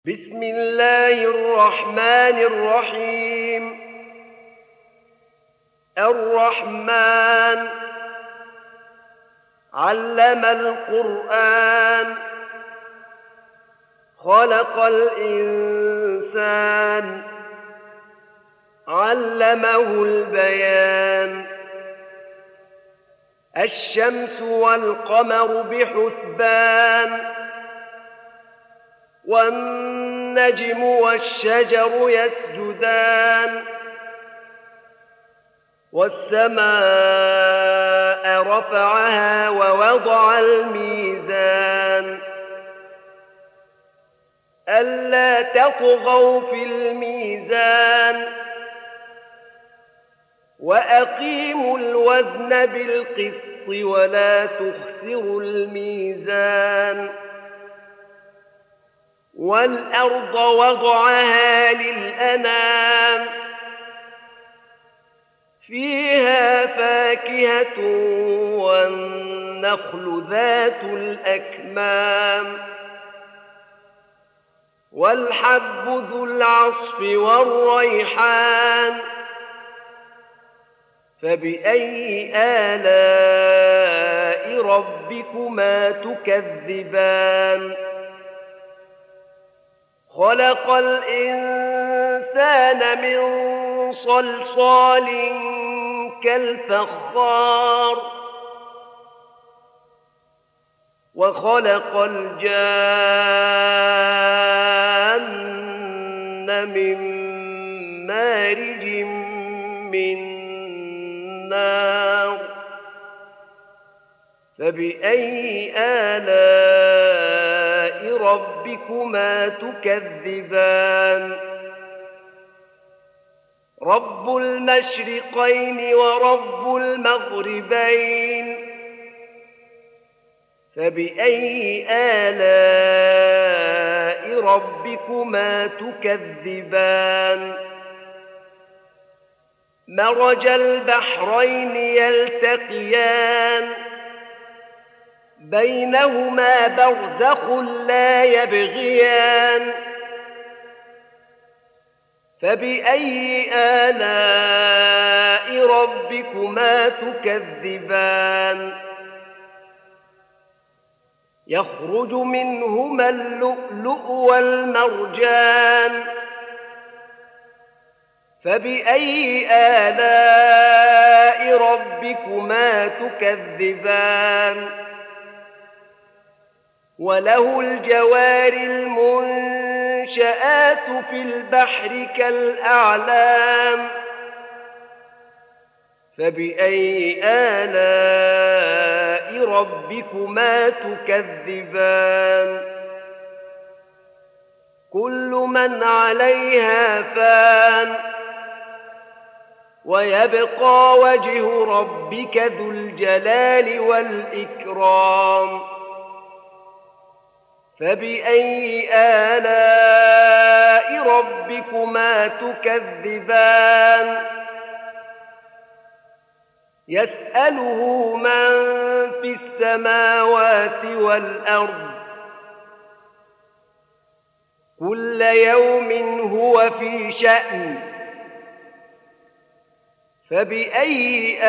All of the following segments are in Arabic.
بسم الله الرحمن الرحيم. الرحمن علم القرآن، خلق الإنسان، علمه البيان. الشمس والقمر بحسبان، والنجم والشجر يسجدان. والسماء رفعها ووضع الميزان، ألا تطغوا في الميزان، وأقيموا الوزن بالقسط ولا تخسروا الميزان. والأرض وضعها للأنام، فيها فاكهة والنخل ذات الأكمام، والحب ذو العصف والريحان. فبأي آلاء ربكما تكذبان؟ خلق الإنسان من صلصال كالفخار، وخلق الجان من مارج من نار. فبأي آلاء ربكما تكذبان؟ رب المشرقين ورب المغربين، فبأي آلاء ربكما تكذبان؟ مرج البحرين يلتقيان، بينهما برزخ لا يبغيان. فبأي آلاء ربكما تكذبان؟ يخرج منهما اللؤلؤ والمرجان، فبأي آلاء ربكما تكذبان؟ وله الجوار المنشآت في البحر كالأعلام، فبأي آلاء ربكما تكذبان؟ كل من عليها فان، ويبقى وجه ربك ذو الجلال والإكرام. فبأي آلاء ربكما تكذبان؟ يسأله من في السماوات والأرض، كل يوم هو في شأن. فبأي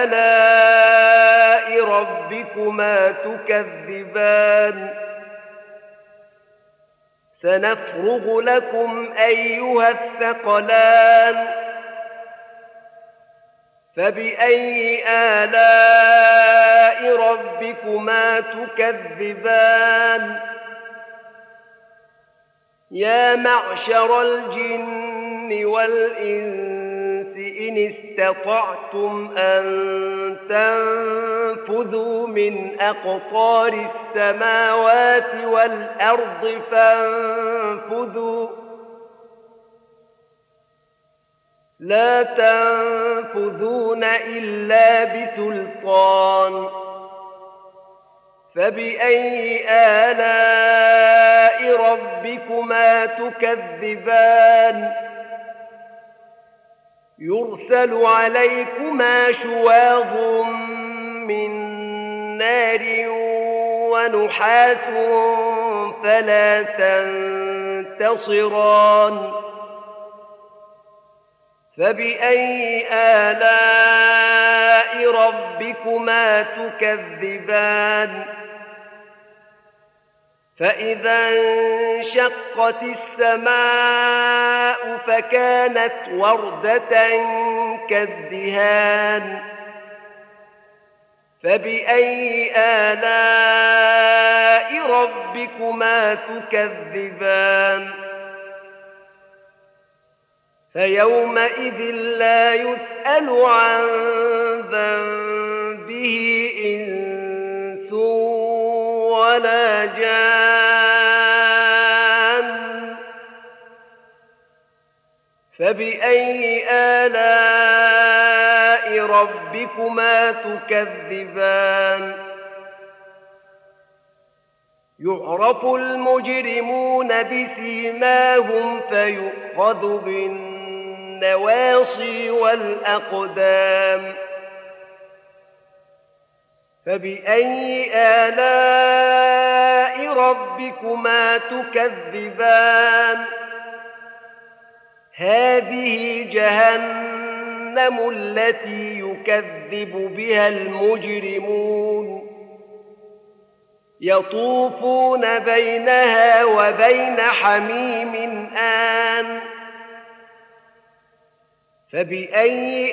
آلاء ربكما تكذبان؟ سنفرغ لكم أيها الثقلان. فبأي آلاء ربكما تكذبان؟ يا معشر الجن والإنس إن استطعتم أن تنفذوا من أقطار السماوات والأرض فانفذوا، لا تنفذون إلا بسلطان. فبأي آلاء ربكما تكذبان؟ يرسل عليكما شواظ من نار ونحاس فلا ينتصران فبأي آلاء ربكما تكذبان فإذا انشقت السماء فكانت وردة كالدهان فبأي آلاء ربكما تكذبان فيومئذ لا يسأل عن ذنبه إنس ولا جان فبأي آلاء ربكما تكذبان يعرف المجرمون بسيماهم فيؤخذ بالنواصي والأقدام فبأي آلاء ربكما تكذبان هذه جهنم التي يكذب بها المجرمون يطوفون بينها وبين حميم آن فبأي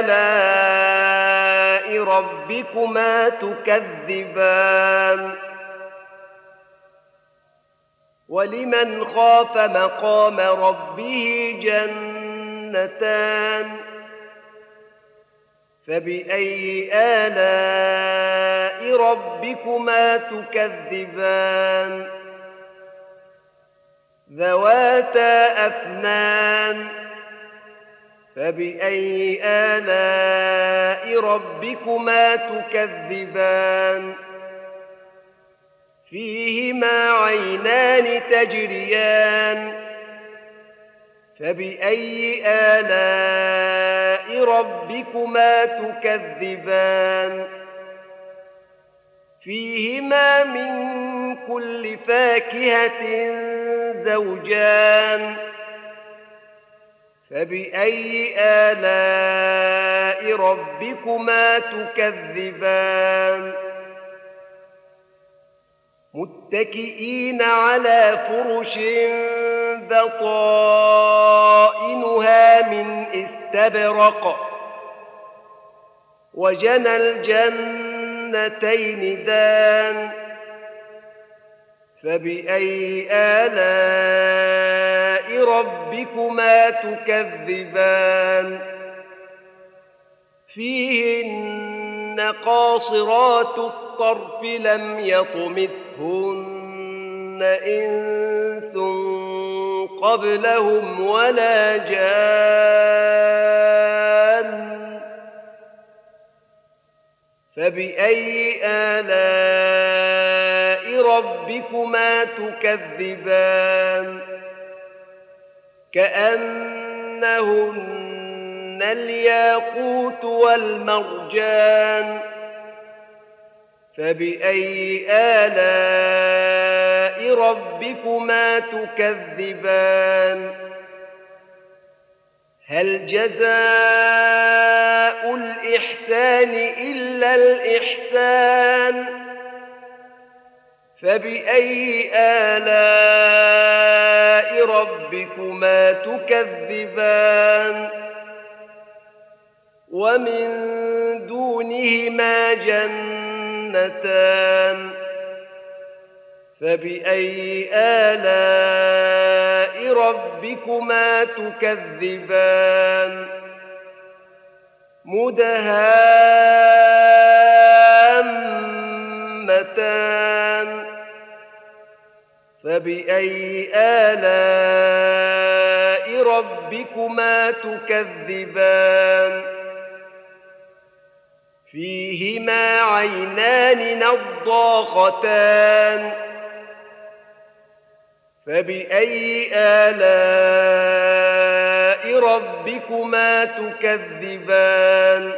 آلاء ربكما تكذبان ولمن خاف مقام ربه جنتان فبأي آلاء ربكما تكذبان ذواتا أفنان فبأي آلاء ربكما تكذبان فيهما عينان تجريان فبأي آلاء ربكما تكذبان فيهما من كل فاكهة زوجان فبأي آلاء ربكما تكذبان متكئين على فرش بطائنها من استبرق وجنى الجنتين دان فبأي آلاء ربكما تكذبان فيهن قاصرات الطرف لم يطمثهن إنس قبلهم ولا جان فبأي آلاء ربكما تكذبان كأنهن الياقوت والمرجان فبأي آلاء ربكما تكذبان هل جزاء الإحسان إلا الإحسان فبأي آلاء ربكما تكذبان ومن دونهما جنتان فبأي آلاء ربكما تكذبان مدهامتان فبأي آلاء ربكما تكذبان فيهما عينان نضاختان فبأي آلاء ربكما تكذبان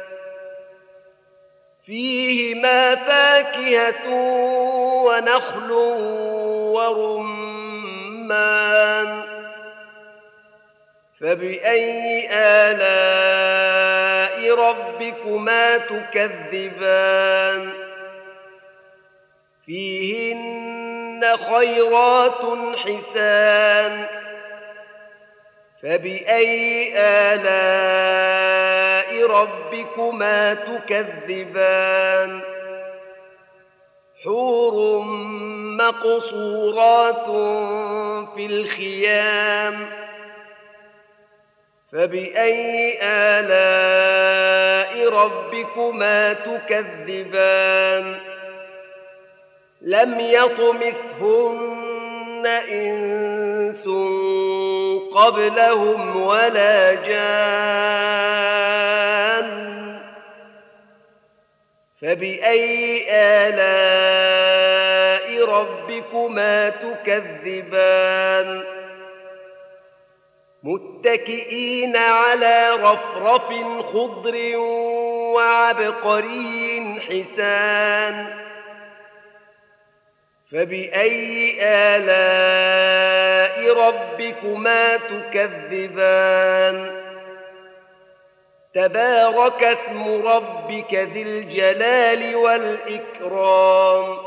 فيهما فاكهة ونخل ورمان رمان فبأي آلاء ربكما تكذبان فيهن خيرات حسان فبأي آلاء ربكما تكذبان حور مقصورات في الخيام فبأي آلاء ربكما تكذبان لم يطمثهن إنس قبلهم ولا جان فبأي آلاء ربكما تكذبان متكئين على رفرف خضر وعبقري حسان فبأي آلاء ربكما تكذبان تبارك اسم ربك ذي الجلال والإكرام